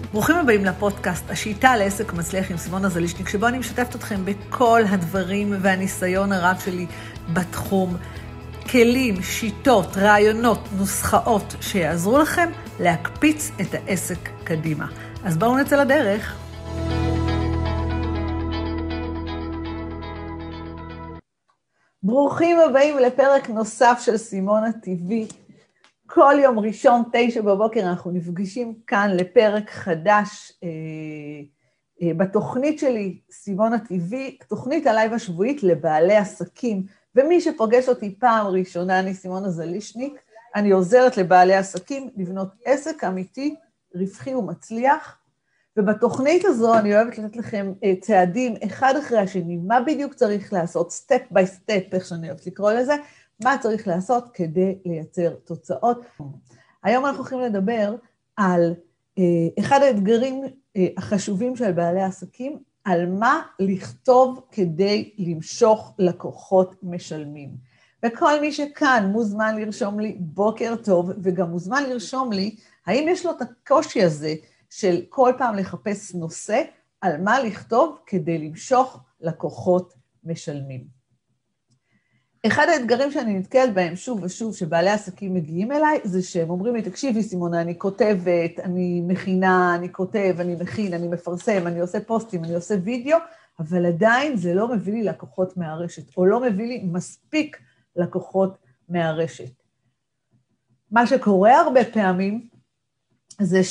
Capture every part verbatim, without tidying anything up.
ברוכים הבאים לפודקאסט, השיטה לעסק מצליח עם סימונה זלישניק, שבו אני משתפת אתכם בכל הדברים והניסיון הרב שלי בתחום. כלים, שיטות, רעיונות, נוסחאות שיעזרו לכם להקפיץ את העסק קדימה. אז בואו נצא לדרך. ברוכים הבאים לפרק נוסף של סימונה טיווי. כל יום ראשון, תשע בבוקר, אנחנו נפגשים כאן לפרק חדש אה, אה, בתוכנית שלי, סימונה טיווי, תוכנית הלייב השבועית לבעלי עסקים. ומי שפוגש אותי פעם ראשונה, אני סימונה זלישניק, אני עוזרת לבעלי עסקים לבנות עסק אמיתי, רווחי ומצליח. ובתוכנית הזו אני אוהבת לתת לכם אה, צעדים אחד אחרי השני, מה בדיוק צריך לעשות, סטפ ביי סטפ, איך שאני אוהבת לקרוא לזה, מה צריך לעשות כדי לייצר תוצאות. היום אנחנו הולכים לדבר על אה, אחד האתגרים אה, החשובים של בעלי העסקים, על מה לכתוב כדי למשוך לקוחות משלמים. וכל מי שכאן מוזמן לרשום לי בוקר טוב, וגם מוזמן לרשום לי, האם יש לו את הקושי הזה של כל פעם לחפש נושא, על מה לכתוב כדי למשוך לקוחות משלמים. אחד האתגרים שאני נתקלת בהם שוב ושוב, שבעלי עסקים מגיעים אליי, זה שהם אומרים לי, תקשיבי סימונה, אני כותבת, אני מכינה, אני כותב, אני מכין, אני מפרסם, אני עושה פוסטים, אני עושה וידאו, אבל עדיין זה לא מביא לי לקוחות מהרשת, או לא מביא לי מספיק לקוחות מהרשת. מה שקורה הרבה פעמים, זה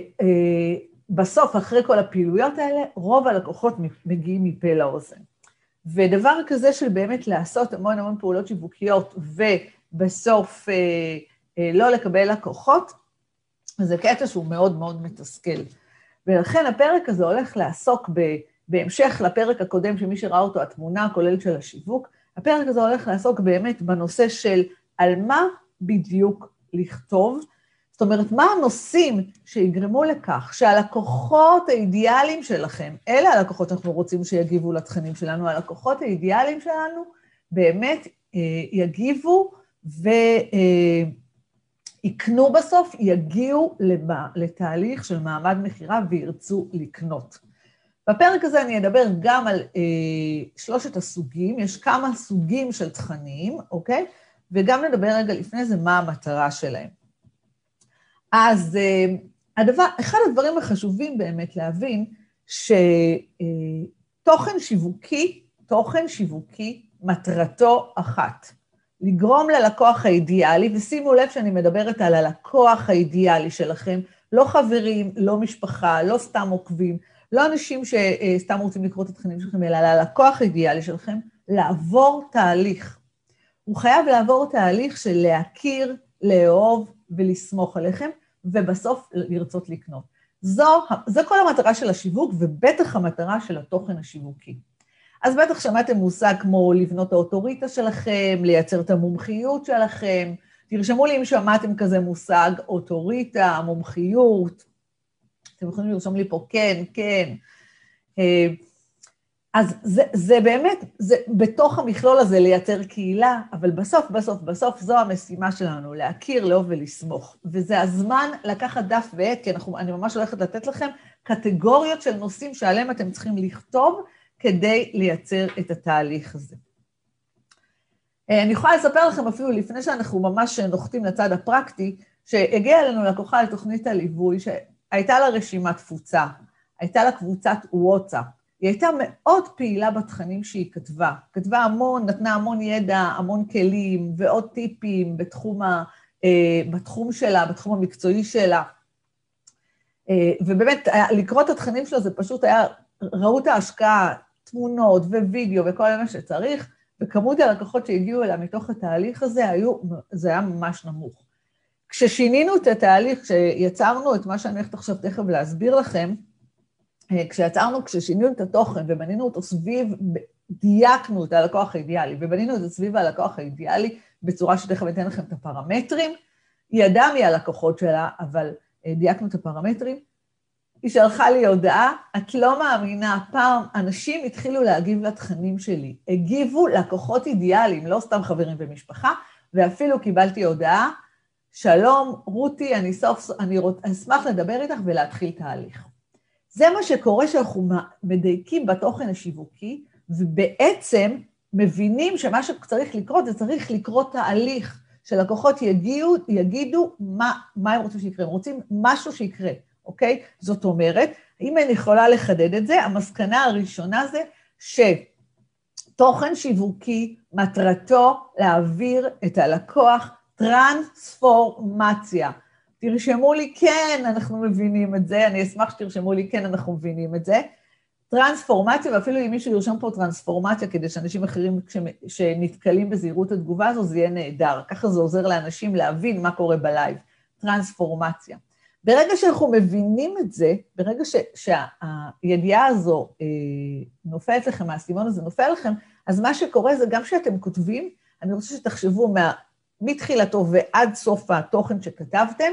שבסוף, אחרי כל הפעילויות האלה, רוב הלקוחות מגיעים מפה לאוזן. ודבר כזה של באמת לעשות המון המון פעולות שיווקיות, ובסוף אה, אה, לא לקבל לקוחות, זה קטע שהוא מאוד מאוד מתסכל. ולכן הפרק הזה הולך לעסוק ב, בהמשך לפרק הקודם, שמי שראה אותו, התמונה הכוללת של השיווק, הפרק הזה הולך לעסוק באמת בנושא של על מה בדיוק לכתוב, זאת אומרת, מה הנושאים שיגרמו לכך שהלקוחות האידיאליים שלכם, אלה הלקוחות שאנחנו רוצים שיגיבו לתכנים שלנו, הלקוחות האידיאליים שלנו באמת אה, יגיבו ויקנו בסוף, יגיעו למה, לתהליך של מעמד מחירה וירצו לקנות. בפרק הזה אני אדבר גם על אה, שלושת הסוגים, יש כמה סוגים של תכנים, אוקיי? וגם נדבר רגע לפני זה מה המטרה שלהם. אז הדבר, אחד הדברים החשובים באמת להבין, שתוכן שיווקי, תוכן שיווקי, מטרתו אחת. לגרום ללקוח האידיאלי, ושימו לב שאני מדברת על הלקוח האידיאלי שלכם, לא חברים, לא משפחה, לא סתם עוקבים, לא אנשים שסתם רוצים לקרוא את התכנים שלכם, אלא ללקוח האידיאלי שלכם, לעבור תהליך. הוא חייב לעבור תהליך של להכיר, לאהוב ולסמוך עליכם, ובסוף לרצות לקנות. זו, זו כל המטרה של השיווק, ובטח המטרה של התוכן השיווקי. אז בטח שמעתם מושג כמו לבנות האוטוריטה שלכם, לייצר את המומחיות שלכם, תרשמו לי אם שמעתם כזה מושג, אוטוריטה, מומחיות, אתם יכולים לרשום לי פה כן, כן. אז זה, זה באמת, זה בתוך המכלול הזה לייצר קהילה, אבל בסוף, בסוף, בסוף זו המשימה שלנו, להכיר, לאהוב ולסמוך. וזה הזמן לקחת דף ועט, כי אנחנו, אני ממש הולכת לתת לכם קטגוריות של נושאים שעליהם אתם צריכים לכתוב, כדי לייצר את התהליך הזה. אני יכולה לספר לכם אפילו לפני שאנחנו ממש נוחתים לצד הפרקטי, שהגיעה אלינו לקוחה לתוכנית הליווי, שהייתה לה רשימת תפוצה, הייתה לה קבוצת וואטסאפ, היא הייתה מאוד פעילה בתכנים שהיא כתבה, כתבה המון, נתנה המון ידע, המון כלים ועוד טיפים בתחום, ה, בתחום שלה, בתחום המקצועי שלה, ובאמת לקרוא את התכנים שלה זה פשוט היה, ראו את ההשקעה, תמונות ווידאו וכל מה שצריך, וכמות הלקוחות שהגיעו אליה מתוך התהליך הזה, היו, זה היה ממש נמוך. כששינינו את התהליך, כשיצרנו את מה שאני הולכת עכשיו תכף להסביר לכם, כשיצרנו, כששינינו את התוכן ובנינו אותו סביב, דייקנו את הלקוח האידיאלי, ובנינו את זה סביב הלקוח האידיאלי, בצורה שתכף אתן לכם את הפרמטרים, היא ידעה מי הלקוחות שלה, אבל דייקנו את הפרמטרים, היא שלחה לי הודעה, את לא מאמינה, פעם אנשים התחילו להגיב לתכנים שלי, הגיבו לקוחות אידיאליים, לא סתם חברים ומשפחה, ואפילו קיבלתי הודעה, שלום, רותי, אני סוף, אני רוצ, אשמח לדבר איתך ולהתחיל תהליך. זה מה שקורה שאנחנו מדייקים בתוכן השיווקי, ובעצם מבינים שמה שצריך לקרות, זה צריך לקרות תהליך, שלקוחות יגיעו, יגידו מה, מה הם רוצים שיקרה, הם רוצים משהו שיקרה, אוקיי? זאת אומרת, אם אני יכולה לחדד את זה, המסקנה הראשונה זה שתוכן שיווקי מטרתו להעביר את הלקוח טרנספורמציה. תרשמו לי, כן, אנחנו מבינים את זה, אני אשמח שתרשמו לי, כן, אנחנו מבינים את זה. טרנספורמציה, ואפילו אם מישהו ירשום פה טרנספורמציה, כדי שאנשים אחרים שנתקלים בזהירות התגובה הזו, זה יהיה נהדר. ככה זה עוזר לאנשים להבין מה קורה בלייב. טרנספורמציה. ברגע שאנחנו מבינים את זה, ברגע ש, שהידיעה הזו אה, נופלת לכם, האסימון הזה נופל לכם, אז מה שקורה זה גם שאתם כותבים, אני רוצה שתחשבו מה, מתחילתו ועד סוף התוכן שכתבתם,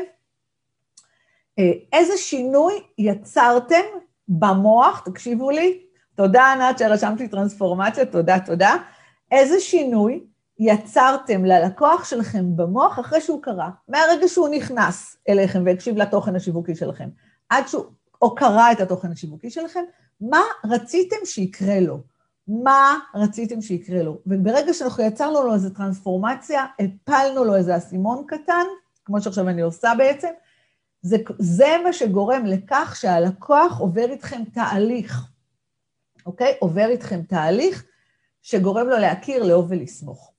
אה, איזה שינוי יצרתם במוח, תקשיבו לי, תודה ענת שרשמת לי טרנספורמציה, תודה, תודה, איזה שינוי יצרתם ללקוח שלכם במוח אחרי שהוא קרא, מהרגע שהוא נכנס אליכם והקשיב לתוכן השיווקי שלכם, עד שהוא, או קרא את התוכן השיווקי שלכם, מה רציתם שיקרה לו? מה רציתם שיקרה לו? וברגע שאנחנו יצרנו לו איזו טרנספורמציה, הפלנו לו איזה אסימון קטן, כמו שעכשיו אני עושה בעצם, זה, זה מה שגורם לכך שהלקוח עובר איתכם תהליך, אוקיי? עובר איתכם תהליך שגורם לו להכיר, לאהוב ולסמוך.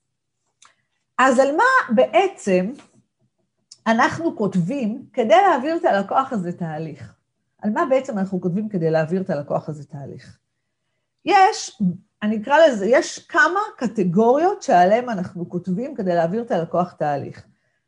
אז על מה בעצם אנחנו כותבים כדי להעביר את הלקוח הזה תהליך? על מה בעצם אנחנו כותבים כדי להעביר את הלקוח הזה תהליך? יש, אני אקרא לזה, יש כמה קטגוריות שעליהן אנחנו כותבים כדי להעביר את הלקוח תהליך.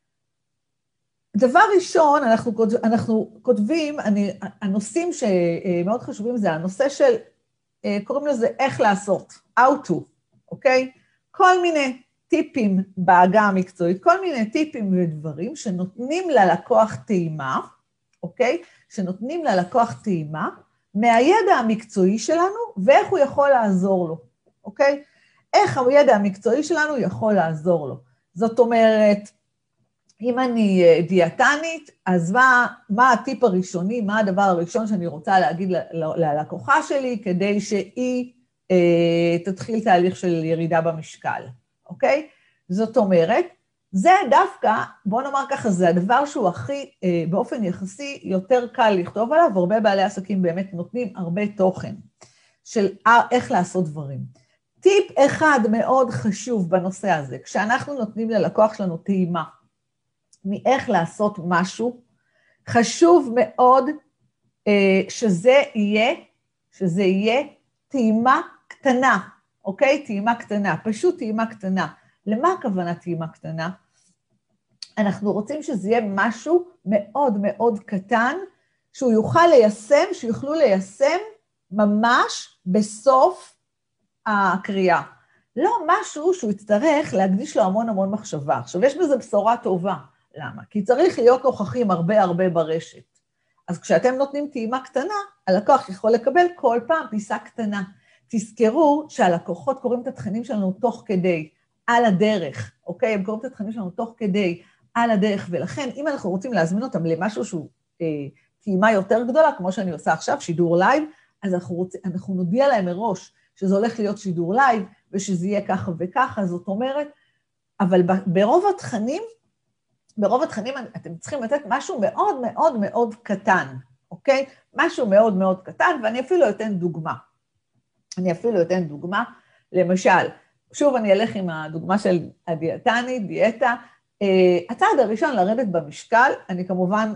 דבר ראשון, אנחנו, אנחנו כותבים, אני, הנושאים שמאוד חשובים זה הנושא של, קוראים לזה איך לעשות, how to, אוקיי? כל מיני טיפים בעגה המקצועית, כל מיני טיפים ודברים שנותנים ללקוח טעימה, אוקיי? שנותנים ללקוח טעימה מהידע המקצועי שלנו ואיך הוא יכול לעזור לו, אוקיי? איך הידע המקצועי שלנו יכול לעזור לו. זאת אומרת, אם אני דיאטנית, אז מה, מה הטיפ הראשוני, מה הדבר הראשון שאני רוצה להגיד ללקוחה שלי, כדי שהיא אה, תתחיל תהליך של ירידה במשקל, אוקיי? זאת אומרת, זה דווקא, בוא נאמר ככה, זה הדבר שהוא הכי, אה, באופן יחסי, יותר קל לכתוב עליו, והרבה בעלי עסקים באמת נותנים הרבה תוכן של איך לעשות דברים. טיפ אחד מאוד חשוב בנושא הזה, כשאנחנו נותנים ללקוח שלנו טעימה, מאיך לעשות משהו, חשוב מאוד אה, שזה יהיה, שזה יהיה טעימה קטנה, אוקיי? טעימה קטנה, פשוט טעימה קטנה. למה הכוונה טעימה קטנה? אנחנו רוצים שזה יהיה משהו מאוד מאוד קטן, שהוא יוכל ליישם, שיוכלו ליישם ממש בסוף הקריאה. לא משהו שהוא יצטרך להקדיש לו המון המון מחשבה. עכשיו, יש בזה בשורה טובה. למה? כי צריך להיות נוכחים הרבה הרבה ברשת. אז כשאתם נותנים טעימה קטנה, הלקוח יכול לקבל כל פעם פיסה קטנה. תזכרו שהלקוחות קוראים את התכנים שלנו תוך כדי, על הדרך, אוקיי? הם קוראים את התכנים שלנו תוך כדי, על הדרך, ולכן אם אנחנו רוצים להזמין אותם למשהו שהוא אה, טעימה יותר גדולה, כמו שאני עושה עכשיו, שידור לייב, אז אנחנו, רוצ... אנחנו נודיע להם מראש שזה הולך להיות שידור לייב, ושזה יהיה ככה וככה, זאת אומרת, אבל ברוב התכנים, ברוב התכנים אתם צריכים לתת משהו מאוד מאוד מאוד קטן, אוקיי? משהו מאוד מאוד קטן, ואני אפילו אתן דוגמה. אני אפילו אתן דוגמה, למשל, שוב אני אלך עם הדוגמה של הדיאטנית, דיאטה, הצעד הראשון לרדת במשקל, אני כמובן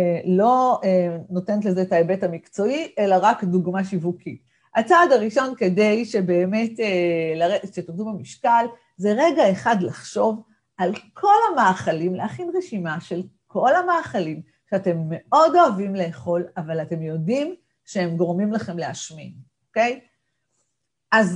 לא נותנת לזה את ההיבט המקצועי, אלא רק דוגמה שיווקית. הצעד הראשון כדי שבאמת שתרדו במשקל, זה רגע אחד לחשוב על כל המאכלים, להכין רשימה של כל המאכלים שאתם מאוד אוהבים לאכול, אבל אתם יודעים שהם גורמים לכם להשמין, אוקיי? אז,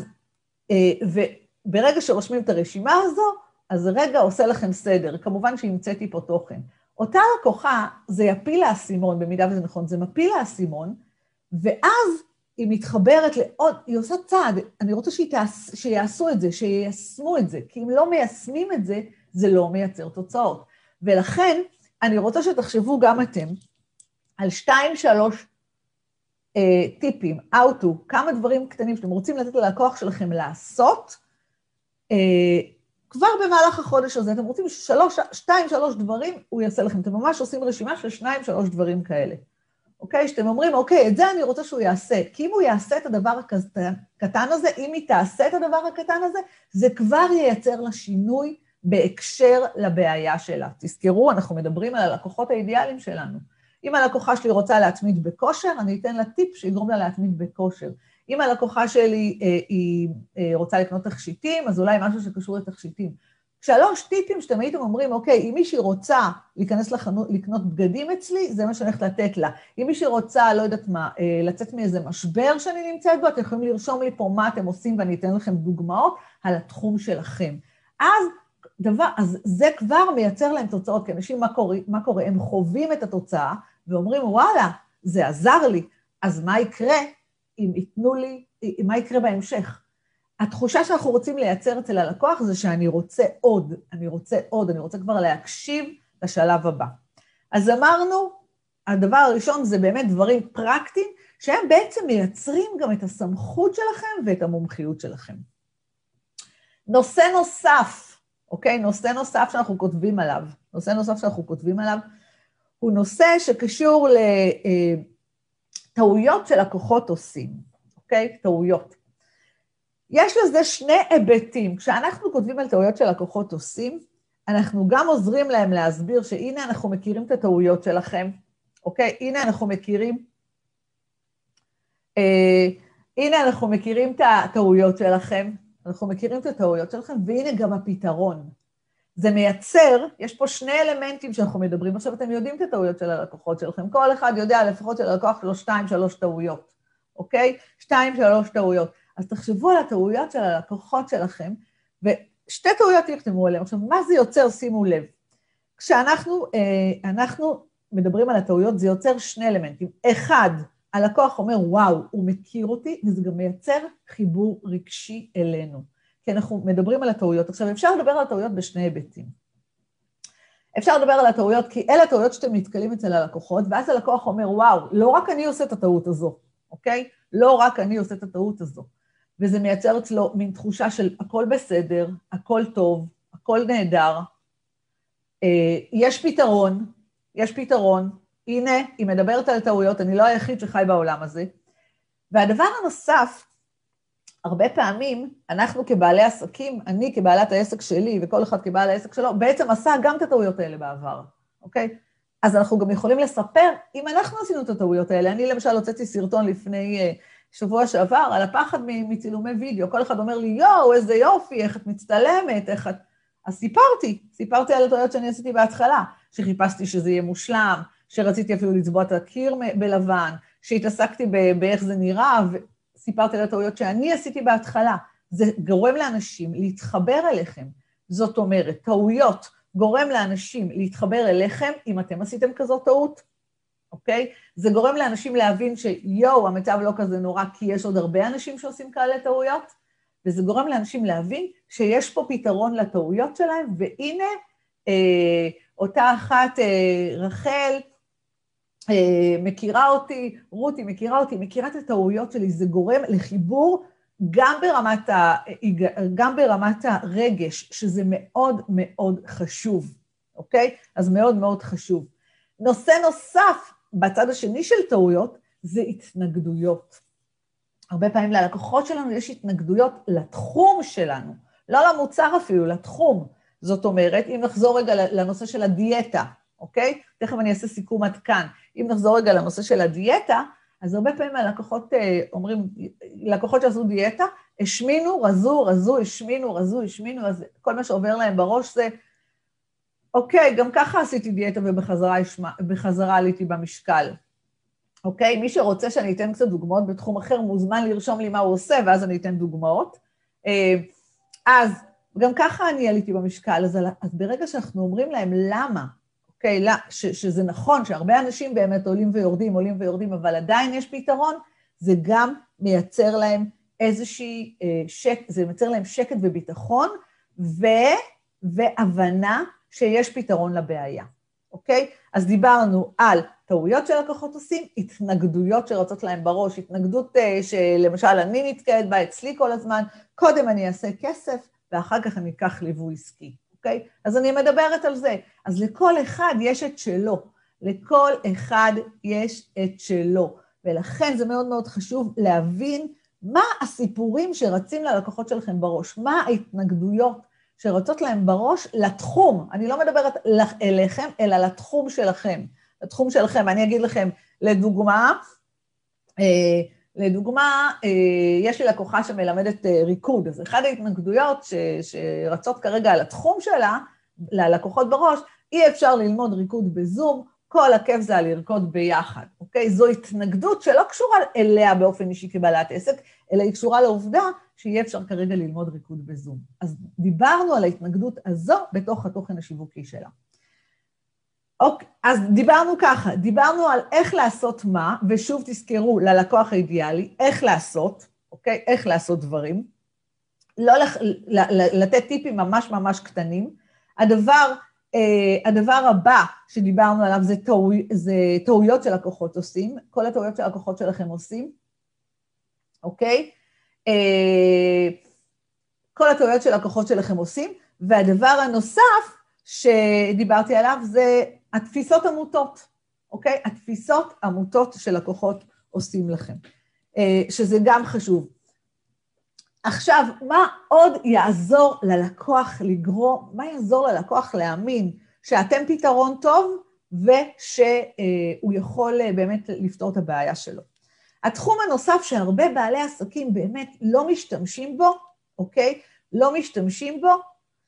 וברגע שרושמים את הרשימה הזו, אז רגע עושה לכם סדר, כמובן שהמצאתי פה תוכן. אותה לקוחה, זה יפיל לאסימון, במידה וזה נכון, זה מפיל לאסימון, ואז היא מתחברת לעוד, היא עושה צעד, אני רוצה שתעש, שיעשו את זה, שיישמו את זה, כי אם לא מיישמים את זה, זה לא מייצר תוצאות. ולכן, אני רוצה שתחשבו גם אתם, על שתיים, שלוש uh, טיפים, how to, כמה דברים קטנים שאתם רוצים לתת ללקוח שלכם לעשות, uh, כבר במהלך החודש הזה, אתם רוצים שלוש, שתיים, שלוש דברים, הוא יעשה לכם. אתם ממש עושים רשימה של שניים, שלוש דברים כאלה. אוקיי? שאתם אומרים, אוקיי, את זה אני רוצה שהוא יעשה. כי אם הוא יעשה את הדבר הקטן הזה, אם היא תעשה את הדבר הקטן הזה, זה כבר ייצר לה שינוי בהקשר לבעיה שלה. תזכרו, אנחנו מדברים על הלקוחות האידיאליים שלנו. אם הלקוחה שלי רוצה להתמיד בכושר, אני אתן לה טיפ שיגרום לה להתמיד בכושר. אם הלקוחה שלי אה, היא אה, רוצה לקנות תכשיטים, אז אולי משהו שקשור לתכשיטים. שלוש טיפים שאתם הייתם אומרים, אוקיי, אם מישהי רוצה להיכנס לחנות, לקנות בגדים אצלי, זה מה שאני הולכת לתת לה. אם מישהי רוצה, לא יודעת מה, אה, לצאת מאיזה משבר שאני נמצאת בו, אתם יכולים לרשום לי פה מה אתם עושים, ואני אתן לכם דוגמאות על התחום שלכם. אז, דבר, אז זה כבר מייצר להם תוצאות, כי אנשים, מה קורה, מה קורה? הם חווים את התוצאה, ואומרים, וואלה, זה עזר לי. אז מה יקרה? אם ייתנו לי, מה יקרה בהמשך? התחושה שאנחנו רוצים לייצר אצל הלקוח זה שאני רוצה עוד, אני רוצה עוד, אני רוצה כבר להקשיב לשלב הבא. אז אמרנו, הדבר הראשון זה באמת דברים פרקטיים, שהם בעצם מייצרים גם את הסמכות שלכם ואת המומחיות שלכם. נושא נוסף, אוקיי? נושא נוסף שאנחנו כותבים עליו, נושא נוסף שאנחנו כותבים עליו, הוא נושא שקשור לטעויות שלקוחות עושים, אוקיי? טעויות. יש לזה שני היבטים. כשאנחנו כותבים על טעויות שלקוחות עושים, אנחנו גם עוזרים להם להסביר שהנה אנחנו מכירים את הטעויות שלכם, אוקיי? הנה אנחנו מכירים, אה, הנה אנחנו מכירים את הטעויות שלכם, אנחנו מכירים את הטעויות שלכם, והנה גם הפתרון. זה מייצר, יש פה שני אלמנטים שאנחנו מדברים, עכשיו אתם יודעים את הטעויות של הלקוחות שלכם, כל אחד יודע לפחות של הלקוח שלו שתיים, שלוש טעויות, אוקיי? שתיים, שלוש טעויות. אז תחשבו על הטעויות של הלקוחות שלכם, ושתי טעויות תכתבו עליהם. עכשיו, מה זה יוצר? שימו לב. כשאנחנו אנחנו מדברים על הטעויות, זה יוצר שני אלמנטים. אחד, הלקוח אומר, וואו, הוא מכיר אותי, וזה גם מייצר חיבור רגשי אלינו. כי אנחנו מדברים על הטעויות. עכשיו, אפשר לדבר על הטעויות בשני היבטים. אפשר לדבר על הטעויות, כי אלה הטעויות שאתם נתקלים אצל הלקוחות, ואז הלקוח אומר, וואו, לא רק אני עושה את הטעות הזו, אוקיי? לא רק אני עושה את הטעות הזו. וזה מייצר אצלו מין תחושה של הכל בסדר, הכל טוב, הכל נהדר, יש פתרון, יש פתרון, הנה, היא מדברת על טעויות, אני לא היחיד שחי בעולם הזה. והדבר הנוסף, הרבה פעמים, אנחנו כבעלי עסקים, אני כבעלת העסק שלי, וכל אחד כבעל העסק שלו, בעצם עשה גם את הטעויות האלה בעבר, אוקיי? אז אנחנו גם יכולים לספר, אם אנחנו עשינו את הטעויות האלה, אני למשל הוצאתי סרטון לפני שבוע שעבר, על הפחד מצילומי וידאו, כל אחד אומר לי, יואו, איזה יופי, איך את מצטלמת, איך את... אז סיפרתי, סיפרתי על הטעויות שאני עשיתי בהתחלה, שחיפשתי שזה יהיה מושלם, שרציתי אפילו לצבוע את הקיר בלבן, שהתעסקתי באיך זה נראה, וסיפרתי על הטעויות שאני עשיתי בהתחלה. זה גורם לאנשים להתחבר אליכם. זאת אומרת, טעויות גורם לאנשים להתחבר אליכם, אם אתם עשיתם כזאת טעות, אוקיי? זה גורם לאנשים להבין שיואו, המצב לא כזה נורא, כי יש עוד הרבה אנשים שעושים כאלה טעויות, וזה גורם לאנשים להבין שיש פה פתרון לטעויות שלהם, והנה, אה, אותה אחת, אה, רחל, אה, מכירה אותי, רותי מכירה אותי, מכירה את הטעויות שלי, זה גורם לחיבור גם ברמת, ה, גם ברמת הרגש, שזה מאוד מאוד חשוב, אוקיי? אז מאוד מאוד חשוב. נושא נוסף בצד השני של טעויות, זה התנגדויות. הרבה פעמים ללקוחות שלנו יש התנגדויות לתחום שלנו, לא למוצר אפילו, לתחום. זאת אומרת, אם נחזור רגע לנושא של הדיאטה, אוקיי? תכף אני אעשה סיכום עד כאן. אם נחזור רגע לנושא של הדיאטה, אז הרבה פעמים הלקוחות אומרים, לקוחות שעשו דיאטה, השמינו, רזו, רזו, השמינו, רזו, השמינו, אז כל מה שעובר להם בראש זה, אוקיי, גם ככה עשיתי דיאטה ובחזרה בחזרה עליתי במשקל. אוקיי, מי שרוצה שאני אתן קצת דוגמאות בתחום אחר, מוזמן לרשום לי מה הוא עושה, ואז אני אתן דוגמאות. אז גם ככה אני עליתי במשקל, אז, אז ברגע שאנחנו אומרים להם למה, אוקיי, לא, ש, שזה נכון, שהרבה אנשים באמת עולים ויורדים, עולים ויורדים, אבל עדיין יש פתרון, זה גם מייצר להם איזושהי שקט, זה מייצר להם שקט וביטחון, ו, והבנה שיש פתרון לבעיה. אוקיי? אז דיברנו על טעויות שלקוחות עושים, התנגדויות שרצות להם בראש, התנגדות שלמשל אני נתקעת בה אצלי כל הזמן, קודם אני אעשה כסף, ואחר כך אני אקח ליווי עסקי, אוקיי? אז אני מדברת על זה. אז לכל אחד יש את שלו, לכל אחד יש את שלו, ולכן זה מאוד מאוד חשוב להבין מה הסיפורים שרצים ללקוחות שלכם בראש, מה ההתנגדויות שרצות להם בראש לתחום, אני לא מדברת אליכם, אלא לתחום שלכם, לתחום שלכם, אני אגיד לכם, לדוגמה, לדוגמה, יש לי לקוחה שמלמדת ריקוד, אז אחד ההתנגדויות ש, שרצות כרגע על התחום שלה, ללקוחות בראש, אי אפשר ללמוד ריקוד בזום, כל הכיף זה על לרקוד ביחד, אוקיי? זו התנגדות שלא קשורה אליה באופן אישי כבעלת עסק, אלא היא קשורה לעובדה שיהיה אפשר כרגע ללמוד ריקוד בזום. אז דיברנו על ההתנגדות הזו בתוך התוכן השיווקי שלה. אוקיי, אז דיברנו ככה, דיברנו על איך לעשות מה, ושוב תזכרו ללקוח האידיאלי, איך לעשות, אוקיי? איך לעשות דברים, לא לתת טיפים ממש ממש קטנים. הדבר, הדבר הבא שדיברנו עליו זה, טעוי, זה טעויות שלקוחות עושים, כל הטעויות שלקוחות שלכם עושים, אוקיי? כל הטעויות שלקוחות שלכם עושים, והדבר הנוסף שדיברתי עליו זה התפיסות עמותות, אוקיי? התפיסות עמותות שלקוחות עושים לכם, שזה גם חשוב. עכשיו, מה עוד יעזור ללקוח לגרום, מה יעזור ללקוח להאמין שאתם פתרון טוב, ושהוא יכול באמת לפתור את הבעיה שלו. התחום הנוסף שהרבה בעלי עסקים באמת לא משתמשים בו, אוקיי? לא משתמשים בו,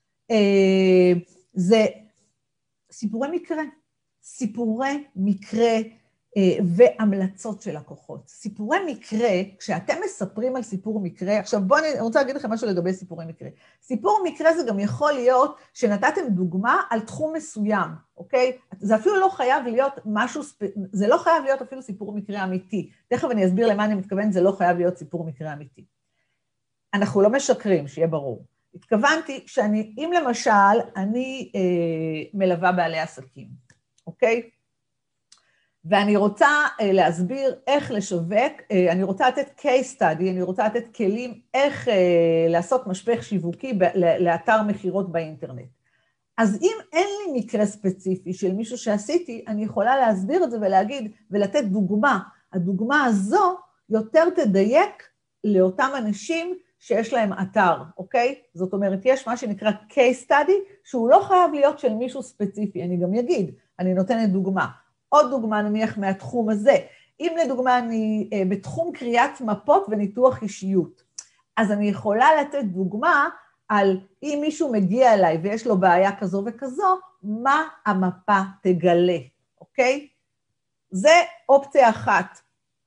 זה סיפורי מקרה, סיפורי מקרה והמלצות של לקוחות. סיפורי מקרה, כשאתם מספרים על סיפור מקרה, עכשיו בואו אני רוצה להגיד לכם משהו לגבי סיפורי מקרה. סיפור מקרה זה גם יכול להיות שנתתם דוגמה על תחום מסוים, אוקיי? זה אפילו לא חייב להיות משהו, זה לא חייב להיות אפילו סיפור מקרה אמיתי. תכף אני אסביר למה אני מתכוון, זה לא חייב להיות סיפור מקרה אמיתי. אנחנו לא משקרים, שיהיה ברור. התכוונתי שאני, אם למשל, אני אה, מלווה בעלי עסקים, אוקיי? ואני רוצה אה, להסביר איך לשווק, אה, אני רוצה לתת case study, אני רוצה לתת כלים איך אה, לעשות משפך שיווקי ב- לאתר מחירות באינטרנט. אז אם אין לי מקרה ספציפי של מישהו שעשיתי, אני יכולה להסביר את זה ולהגיד, ולתת דוגמה. הדוגמה הזו יותר תדייק לאותם אנשים שיש להם אתר, אוקיי? זאת אומרת, יש מה שנקרא case study, שהוא לא חייב להיות של מישהו ספציפי. אני גם אגיד, אני נותנת דוגמה. עוד דוגמה נניח מהתחום הזה. אם לדוגמה אני בתחום קריאת מפות וניתוח אישיות, אז אני יכולה לתת דוגמה על אם מישהו מגיע אליי ויש לו בעיה כזו וכזו, מה המפה תגלה, אוקיי? זה אופציה אחת.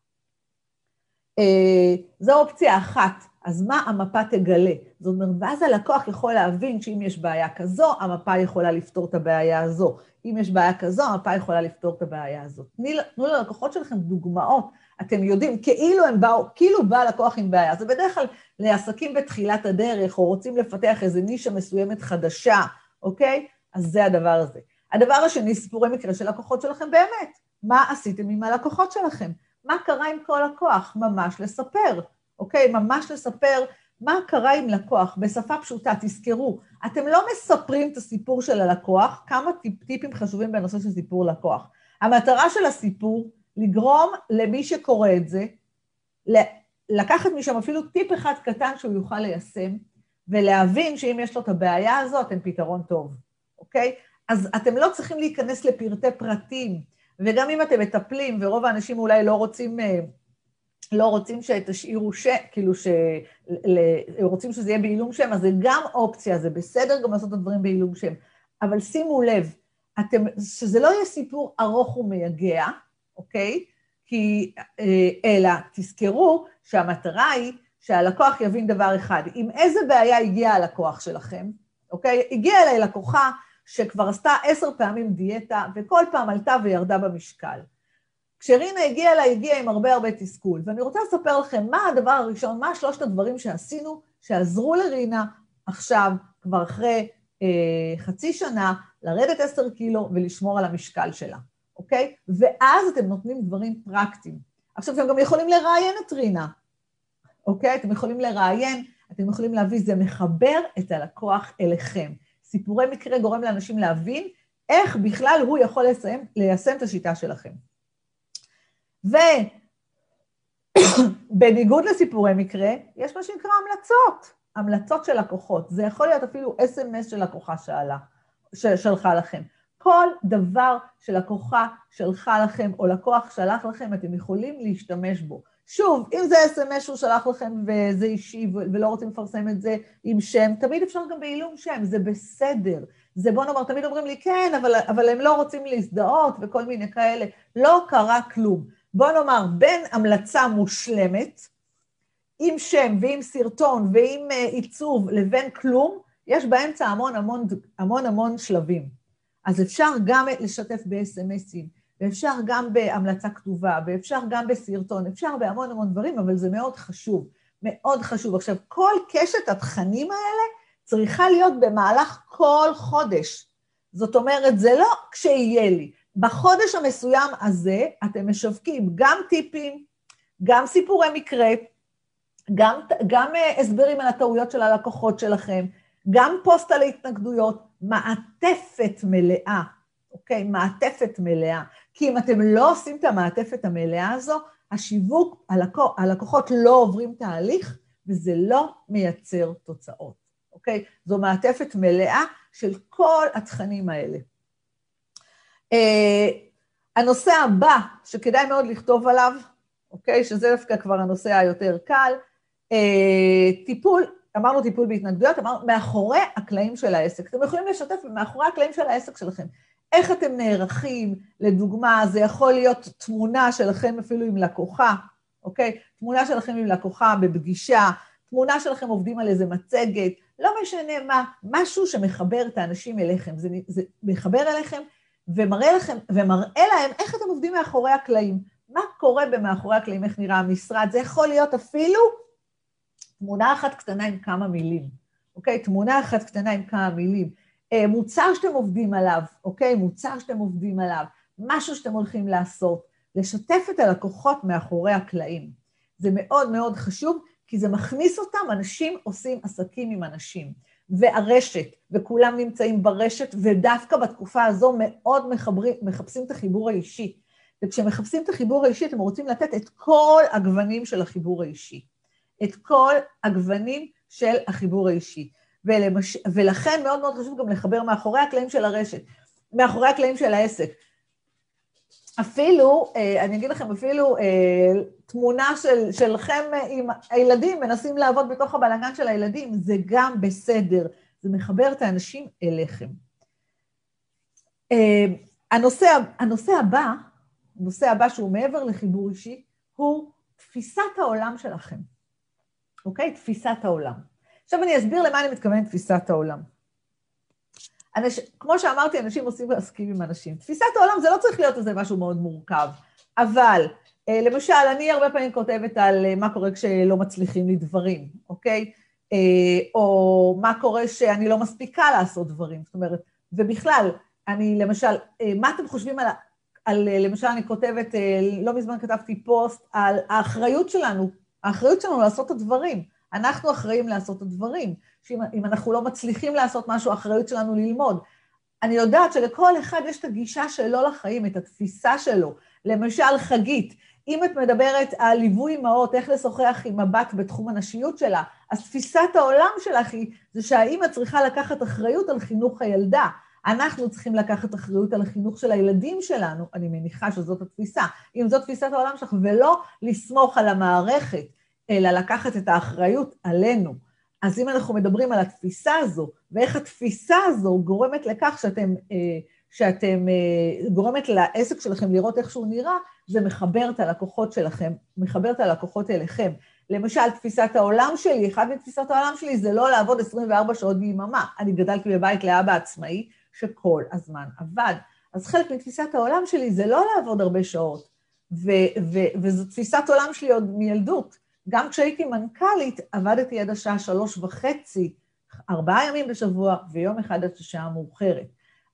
זו אופציה אחת. אז מה המפה תגלה? זאת אומרת, ואז הלקוח יכול להבין שאם יש בעיה כזו, המפה יכולה לפתור את הבעיה הזו. אם יש בעיה כזו, המפה יכולה לפתור את הבעיה הזאת. תנו ללקוחות שלכם דוגמאות. אתם יודעים, כאילו הם באו, כאילו בא לקוח עם בעיה. זה בדרך כלל לעסקים בתחילת הדרך, או רוצים לפתח איזו נישה מסוימת חדשה, אוקיי? אז זה הדבר הזה. הדבר השני, סיפורי מקרה של לקוחות שלכם באמת. מה עשיתם עם הלקוחות שלכם? מה קרה עם כל לקוח? ממש לספר. אוקיי, ממש לספר מה קרה עם לקוח, בשפה פשוטה, תזכרו, אתם לא מספרים את הסיפור של הלקוח, כמה טיפ, טיפים חשובים בנושא של סיפור לקוח. המטרה של הסיפור, לגרום למי שקורא את זה, לקחת משם אפילו טיפ אחד קטן שהוא יוכל ליישם, ולהבין שאם יש לו את הבעיה הזו, אתם פתרון טוב, אוקיי? אז אתם לא צריכים להיכנס לפרטי פרטים, וגם אם אתם מטפלים, ורוב האנשים אולי לא רוצים... לא רוצים שתשאירו שם, כאילו שרוצים שזה יהיה בעילום שם, אז זה גם אופציה, זה בסדר גם לעשות את הדברים בעילום שם, אבל שימו לב, אתם, שזה לא יהיה סיפור ארוך ומייגע, אוקיי? כי, אלא תזכרו שהמטרה היא שהלקוח יבין דבר אחד, עם איזה בעיה הגיע הלקוח שלכם, אוקיי? הגיע אליי לקוחה שכבר עשתה עשר פעמים דיאטה, וכל פעם עלתה וירדה במשקל. כשרינה הגיעה לה, הגיעה עם הרבה הרבה תסכול, ואני רוצה לספר לכם מה הדבר הראשון, מה שלושת הדברים שעשינו, שעזרו לרינה עכשיו, כבר אחרי אה, חצי שנה, לרדת עשר קילו ולשמור על המשקל שלה, אוקיי? ואז אתם נותנים דברים פרקטיים. עכשיו, אתם גם יכולים לראיין את רינה, אוקיי? אתם יכולים לראיין, אתם יכולים להביא, זה מחבר את הלקוח אליכם. סיפורי מקרה גורם לאנשים להבין איך בכלל הוא יכול לסיים, ליישם את השיטה שלכם. ובניגוד לסיפורי מקרה, יש מה שנקרא המלצות, המלצות של לקוחות. זה יכול להיות אפילו אס אם אס של לקוחה שאלה, שלחה לכם. כל דבר שלקוחה שלחה לכם, או לקוח שלח לכם, אתם יכולים להשתמש בו. שוב, אם זה אס אם אס שהוא שלח לכם וזה אישי, ולא רוצים לפרסם את זה עם שם, תמיד אפשר גם בעילום שם, זה בסדר. זה בוא נאמר, תמיד אומרים לי, כן, אבל, אבל הם לא רוצים להזדהות וכל מיני כאלה. לא קרה כלום. בוא נאמר, בין המלצה מושלמת, עם שם ועם סרטון ועם עיצוב לבין כלום, יש באמצע המון המון המון המון שלבים. אז אפשר גם לשתף ב-אס אם אסים, ואפשר גם בהמלצה כתובה, ואפשר גם בסרטון, אפשר בהמון המון דברים, אבל זה מאוד חשוב, מאוד חשוב. עכשיו, כל קשת התכנים האלה צריכה להיות במהלך כל חודש. זאת אומרת, זה לא כשיהיה לי. בחודש המסוים הזה אתם משווקים גם טיפים, גם סיפורי מקרה, גם, גם הסברים על הטעויות של הלקוחות שלכם, גם פוסט על ההתנגדויות, מעטפת מלאה, אוקיי? מעטפת מלאה. כי אם אתם לא עושים את המעטפת המלאה הזו, השיווק, הלקוח, הלקוחות לא עוברים תהליך, וזה לא מייצר תוצאות, אוקיי? זו מעטפת מלאה של כל התכנים האלה. Uh, הנושא הבא, שכדאי מאוד לכתוב עליו, אוקיי? שזה דווקא כבר הנושא היותר קל, uh, טיפול, אמרנו טיפול בהתנגדויות, אמרנו מאחורי הקלעים של העסק. אתם יכולים לשתף מאחורי הקלעים של העסק שלכם. איך אתם נערכים, לדוגמה, זה יכול להיות תמונה שלכם אפילו עם לקוחה, אוקיי? תמונה שלכם עם לקוחה בפגישה, תמונה שלכם עובדים על איזה מצגת, לא משנה מה, משהו שמחבר את האנשים אליכם, זה, זה מחבר אליכם ומראה לכם, ומראה להם איך אתם עובדים מאחורי הקלעים, מה קורה במאחורי הקלעים, איך נראה המשרד, זה יכול להיות אפילו תמונה אחת קטנה עם כמה מילים, אוקיי? תמונה אחת קטנה עם כמה מילים, מוצר שאתם עובדים עליו, אוקיי? מוצר שאתם עובדים עליו, משהו שאתם הולכים לעשות, לשתף את הלקוחות מאחורי הקלעים. זה מאוד מאוד חשוב, כי זה מכניס אותם, אנשים עושים עסקים עם אנשים, והרשת, וכולם נמצאים ברשת, ודווקא בתקופה הזו מאוד מחברים, מחפשים את החיבור האישי. וכשמחפשים את החיבור האישי, אתם רוצים לתת את כל הגוונים של החיבור האישי. את כל הגוונים של החיבור האישי. ולמש... ולכן מאוד מאוד חשוב גם לחבר מאחורי הקלעים של הרשת, מאחורי הקלעים של העסק. אפילו, אני אגיד לכם, אפילו תמונה של, שלכם עם הילדים, מנסים לעבוד בתוך הבלגן של הילדים, זה גם בסדר, זה מחבר את האנשים אליכם. הנושא, הנושא הבא, הנושא הבא שהוא מעבר לחיבור אישי, הוא תפיסת העולם שלכם. אוקיי? תפיסת העולם. עכשיו אני אסביר למה אני מתכוונת תפיסת העולם. אנש, כמו שאמרתי, אנשים עושים עסקים עם אנשים. תפיסת העולם זה לא צריך להיות איזה משהו מאוד מורכב, אבל אה, למשל, אני הרבה פעמים כותבת על אה, מה קורה כשלא מצליחים לי דברים, אוקיי? אה, או מה קורה שאני לא מספיקה לעשות דברים, זאת אומרת, ובכלל, אני למשל, אה, מה אתם חושבים על, על, למשל אני כותבת, אה, לא מזמן כתבתי פוסט על האחריות שלנו, האחריות שלנו לעשות את הדברים. אנחנו אחראים לעשות את הדברים, שאם אנחנו לא מצליחים לעשות משהו, האחריות שלנו ללמוד. אני יודעת שלכל אחד יש את הגישה שלו לחיים, את התפיסה שלו. למשל, חגית, אם את מדברת על ליווי אמהות, איך לשוחח עם הבת בתחום הנשיות שלה, אז תפיסת העולם שלך היא, זה שהאמא צריכה לקחת אחריות על חינוך הילדה. אנחנו צריכים לקחת אחריות על החינוך של הילדים שלנו, אני מניחה שזאת התפיסה. אם זאת תפיסת העולם שלך, ולא לסמוך על המערכת, אלא לקחת את האחריות עלינו. אז אם אנחנו מדברים על התפיסה הזו, ואיך התפיסה הזו גורמת לכך שאתם, שאתם גורמת לעסק שלכם לראות איך שהוא נראה, זה מחבר את הלקוחות שלכם, מחבר את הלקוחות אליכם. למשל, תפיסת העולם שלי, אחד מתפיסת העולם שלי זה לא לעבוד עשרים וארבע שעות ביממה. אני גדלתי בבית לאבא עצמאי, שכל הזמן עבד. אז חלק מתפיסת העולם שלי זה לא לעבוד הרבה שעות, ו- ו- וזו תפיסת עולם שלי עוד מילדות. גם כשהייתי מנכ"לית, עבדתי עד השעה שלוש וחצי, ארבעה ימים בשבוע, ויום אחד עד השעה מאוחרת.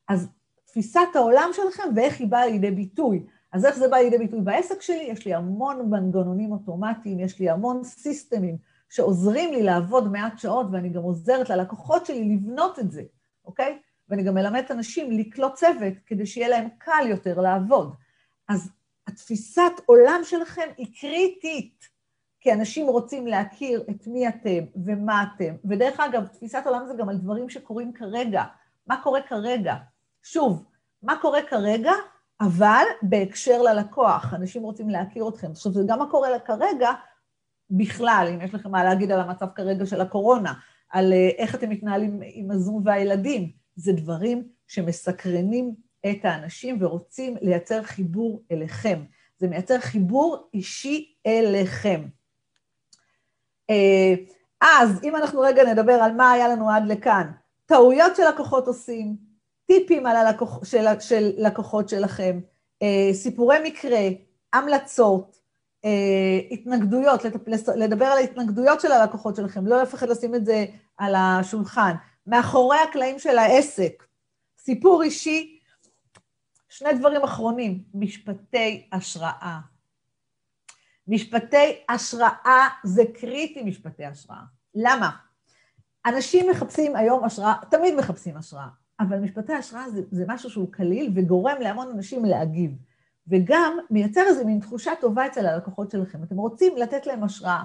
אז תפיסת העולם שלכם ואיך היא באה לידי ביטוי. אז איך זה בא לידי ביטוי בעסק שלי? יש לי המון מנגנונים אוטומטיים, יש לי המון סיסטמים שעוזרים לי לעבוד מעט שעות, ואני גם עוזרת ללקוחות שלי לבנות את זה, אוקיי? ואני גם מלמדת אנשים לקלוט צוות, כדי שיהיה להם קל יותר לעבוד. אז התפיסת עולם שלכם היא קריטית, כי אנשים רוצים להכיר את מי אתם ומה אתם. ודרך אגב, תפיסת עולם זה גם על דברים שקורים כרגע. מה קורה כרגע? שוב, מה קורה כרגע? אבל בהקשר ללקוח, אנשים רוצים להכיר אתכם. עכשיו, זה גם מה קורה כרגע, בכלל, אם יש לכם מה להגיד על המצב כרגע של הקורונה, על איך אתם מתנהלים עם הזום והילדים, זה דברים שמסקרנים את האנשים ורוצים לייצר חיבור אליכם. זה מייצר חיבור אישי אליכם. אז אם אנחנו רגע נדבר על מה היה לנו עד לכאן, טעויות שלקוחות עושים, טיפים על הלקוח, של, של לקוחות שלכם, סיפורי מקרה, המלצות, התנגדויות, לדבר על ההתנגדויות של הלקוחות שלכם, לא לפחד לשים את זה על השולחן, מאחורי הקלעים של העסק, סיפור אישי, שני דברים אחרונים, משפטי השראה. משפטי השראה זה קריטי משפטי השראה. למה? אנשים מחפשים היום השראה, תמיד מחפשים השראה, אבל משפטי השראה זה, זה משהו שהוא קליל וגורם להמון אנשים להגיב. וגם מייצר איזו מין תחושה טובה אצל הלקוחות שלכם. אתם רוצים לתת להם השראה.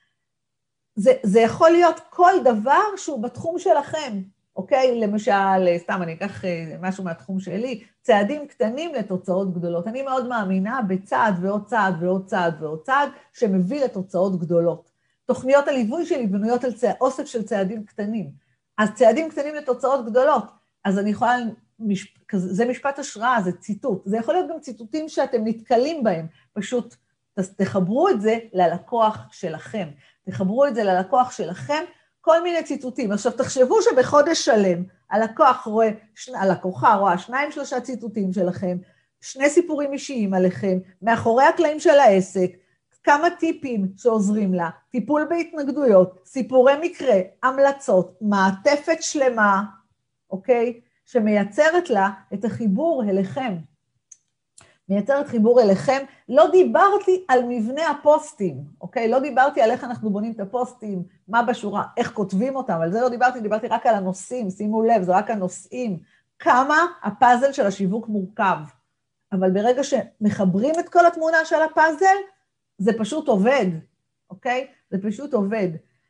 זה, זה יכול להיות כל דבר שהוא בתחום שלכם, אוקיי? למשל, סתם אני אקח משהו מהתחום שלי, צעדים קטנים לתוצאות גדולות. אני מאוד מאמינה בצעד ועוד צעד ועוד צעד ועוד צעד, שמביא לתוצאות גדולות. תוכניות הליווי שלי בנויות על צע... אוסף של צעדים קטנים. אז צעדים קטנים לתוצאות גדולות. אז אני יכולה, מש... זה משפט השראה, זה ציטוט. זה יכול להיות גם ציטוטים שאתם נתקלים בהם. פשוט תחברו את זה ללקוח שלכם. תחברו את זה ללקוח שלכם, כל מיני ציטוטים. עכשיו תחשבו שבחודש שלם, הלקוח רואה, הלקוחה רואה שניים שלושה ציטוטים שלכם, שני סיפורים אישיים עליכם, מאחורי הקלעים של העסק, כמה טיפים שעוזרים לה, טיפול בהתנגדויות, סיפורי מקרה, המלצות, מעטפת שלמה, אוקיי? שמייצרת לה את החיבור אליכם. מייצרת חיבור אליכם. לא דיברתי על מבנה הפוסטים, אוקיי? לא דיברתי על איך אנחנו בונים את הפוסטים, מה בשורה, איך כותבים אותם, על זה לא דיברתי, דיברתי רק על הנושאים, שימו לב, זה רק הנושאים. כמה הפאזל של השיווק מורכב. אבל ברגע שמחברים את כל התמונה של הפאזל, זה פשוט עובד, אוקיי? זה פשוט עובד.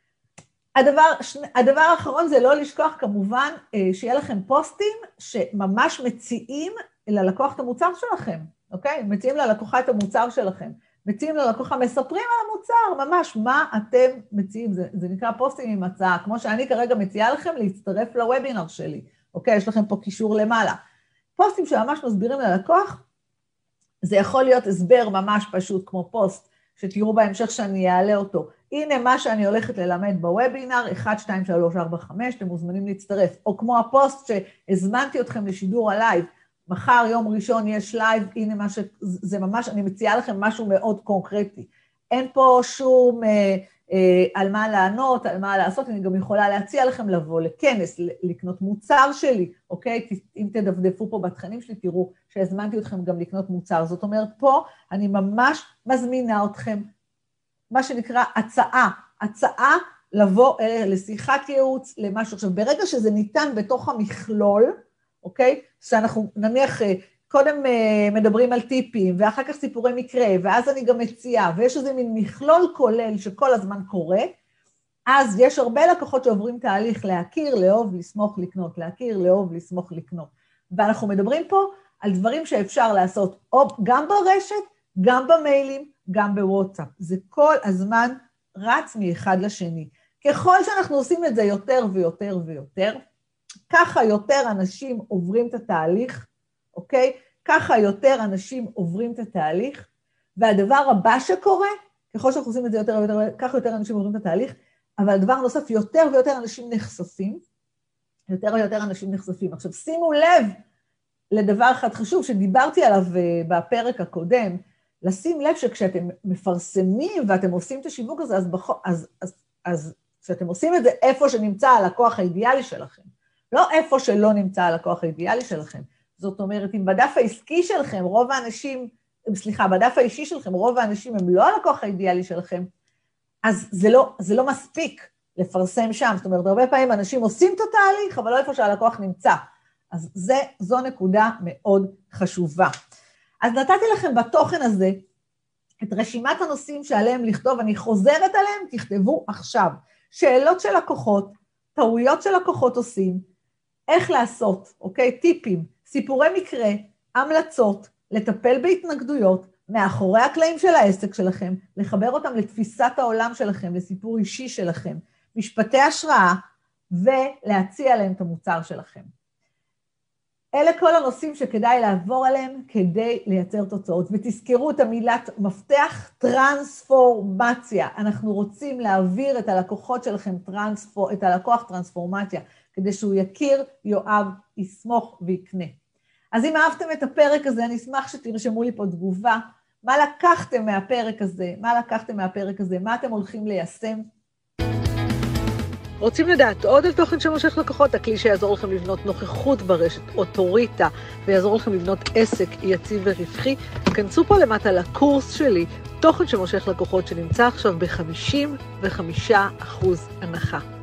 הדבר, הדבר האחרון זה לא לשכוח כמובן שיהיה לכם פוסטים שממש מציעים ללקוח את המוצר שלכם, אוקיי? מציעים ללקוחה את המוצר שלכם. מציעים ללקוחה, מספרים על המוצר, ממש מה אתם מציעים. זה, זה נקרא פוסטים עם הצעה, כמו שאני כרגע מציעה לכם להצטרף לוובינר שלי, אוקיי? יש לכם פה קישור למעלה. פוסטים שממש מסבירים ללקוח, זה יכול להיות הסבר ממש פשוט כמו פוסט, שתראו בהמשך שאני אעלה אותו. הנה מה שאני הולכת ללמד בוובינר, אחת, שתיים, שלוש, ארבע, חמש, אתם מוזמנים להצטרף. או כמו הפוסט שהזמנתי אתכם לשידור הלייב, מחר יום ראשון יש לייב, הנה מה ש... זה ממש, אני מציעה לכם משהו מאוד קונקרטי. אין פה שום אה, אה, על מה לענות, על מה לעשות, אני גם יכולה להציע לכם לבוא לכנס, לקנות מוצר שלי, אוקיי? אם תדפדפו פה בתכנים שלי, תראו שהזמנתי אתכם גם לקנות מוצר. זאת אומרת, פה אני ממש מזמינה אתכם, מה שנקרא הצעה, הצעה לבוא אה, לשיחת ייעוץ, למשהו. עכשיו, ברגע שזה ניתן בתוך המכלול, אוקיי? שאנחנו נניח קודם מדברים על טיפים, ואחר כך סיפורי מקרה, ואז אני גם מציעה, ויש איזה מין מכלול כולל שכל הזמן קורה, אז יש הרבה לקוחות שעוברים תהליך להכיר, לאהוב, לסמוך, לקנות, להכיר, לאהוב, לסמוך, לקנות. ואנחנו מדברים פה על דברים שאפשר לעשות, או גם ברשת, גם במיילים, גם בוואטסאפ. זה כל הזמן רץ מאחד לשני. ככל שאנחנו עושים את זה יותר ויותר ויותר, ככה יותר אנשים עוברים את התהליך, אוקיי? ככה יותר אנשים עוברים את התהליך, והדבר הבא שקורה, ככל שאנחנו עושים את זה יותר ויותר, ככה יותר אנשים עוברים את התהליך, אבל הדבר נוסף, יותר ויותר אנשים נחשפים, יותר ויותר אנשים נחשפים. עכשיו, שימו לב לדבר אחד חשוב, שדיברתי עליו בפרק הקודם, לשים לב שכשאתם מפרסמים ואתם עושים את השיווק הזה, אז, בח... אז, אז, אז כשאתם עושים את זה איפה שנמצא הלקוח האידיאלי שלכם, לא איפה שלא נמצא הלקוח האידיאלי שלכם. זאת אומרת, אם בדף העסקי שלכם, רוב האנשים, סליחה, בדף האישי שלכם, רוב האנשים הם לא הלקוח האידיאלי שלכם, אז זה לא, זה לא מספיק לפרסם שם. זאת אומרת, הרבה פעמים אנשים עושים את התהליך, אבל לא איפה שהלקוח נמצא. אז זה, זו נקודה מאוד חשובה. אז נתתי לכם בתוכן הזה את רשימת הנושאים שעליהם לכתוב, אני חוזרת עליהם, תכתבו עכשיו. שאלות של לקוחות, טעויות של לקוחות עושים, איך לעשות, אוקיי? טיפים, סיפורי מקרה, המלצות, לטפל בהתנגדויות, מאחורי הקלעים של העסק שלכם, לחבר אותם לתפיסת העולם שלכם, לסיפור אישי שלכם, משפטי השראה, ולהציע להם את המוצר שלכם. אלה כל הנושאים שכדאי לעבור עליהם כדי לייצר תוצאות, ותזכרו את המילת מפתח טרנספורמציה. אנחנו רוצים להעביר את הלקוחות שלכם, טרנספור, את הלקוח טרנספורמציה, כדי שהוא יכיר, יואב, יסמוך ויקנה. אז אם אהבתם את הפרק הזה, אני אשמח שתרשמו לי פה תגובה. מה לקחתם מהפרק הזה? מה לקחתם מהפרק הזה? מה אתם הולכים ליישם? רוצים לדעת עוד על תוכן שמושך לקוחות? הכלי שיעזור לכם לבנות נוכחות ברשת, אוטוריטה, ויעזור לכם לבנות עסק יציב ורווחי. כנסו פה למטה לקורס שלי, תוכן שמושך לקוחות, שנמצא עכשיו ב-חמישים וחמישה אחוז הנחה.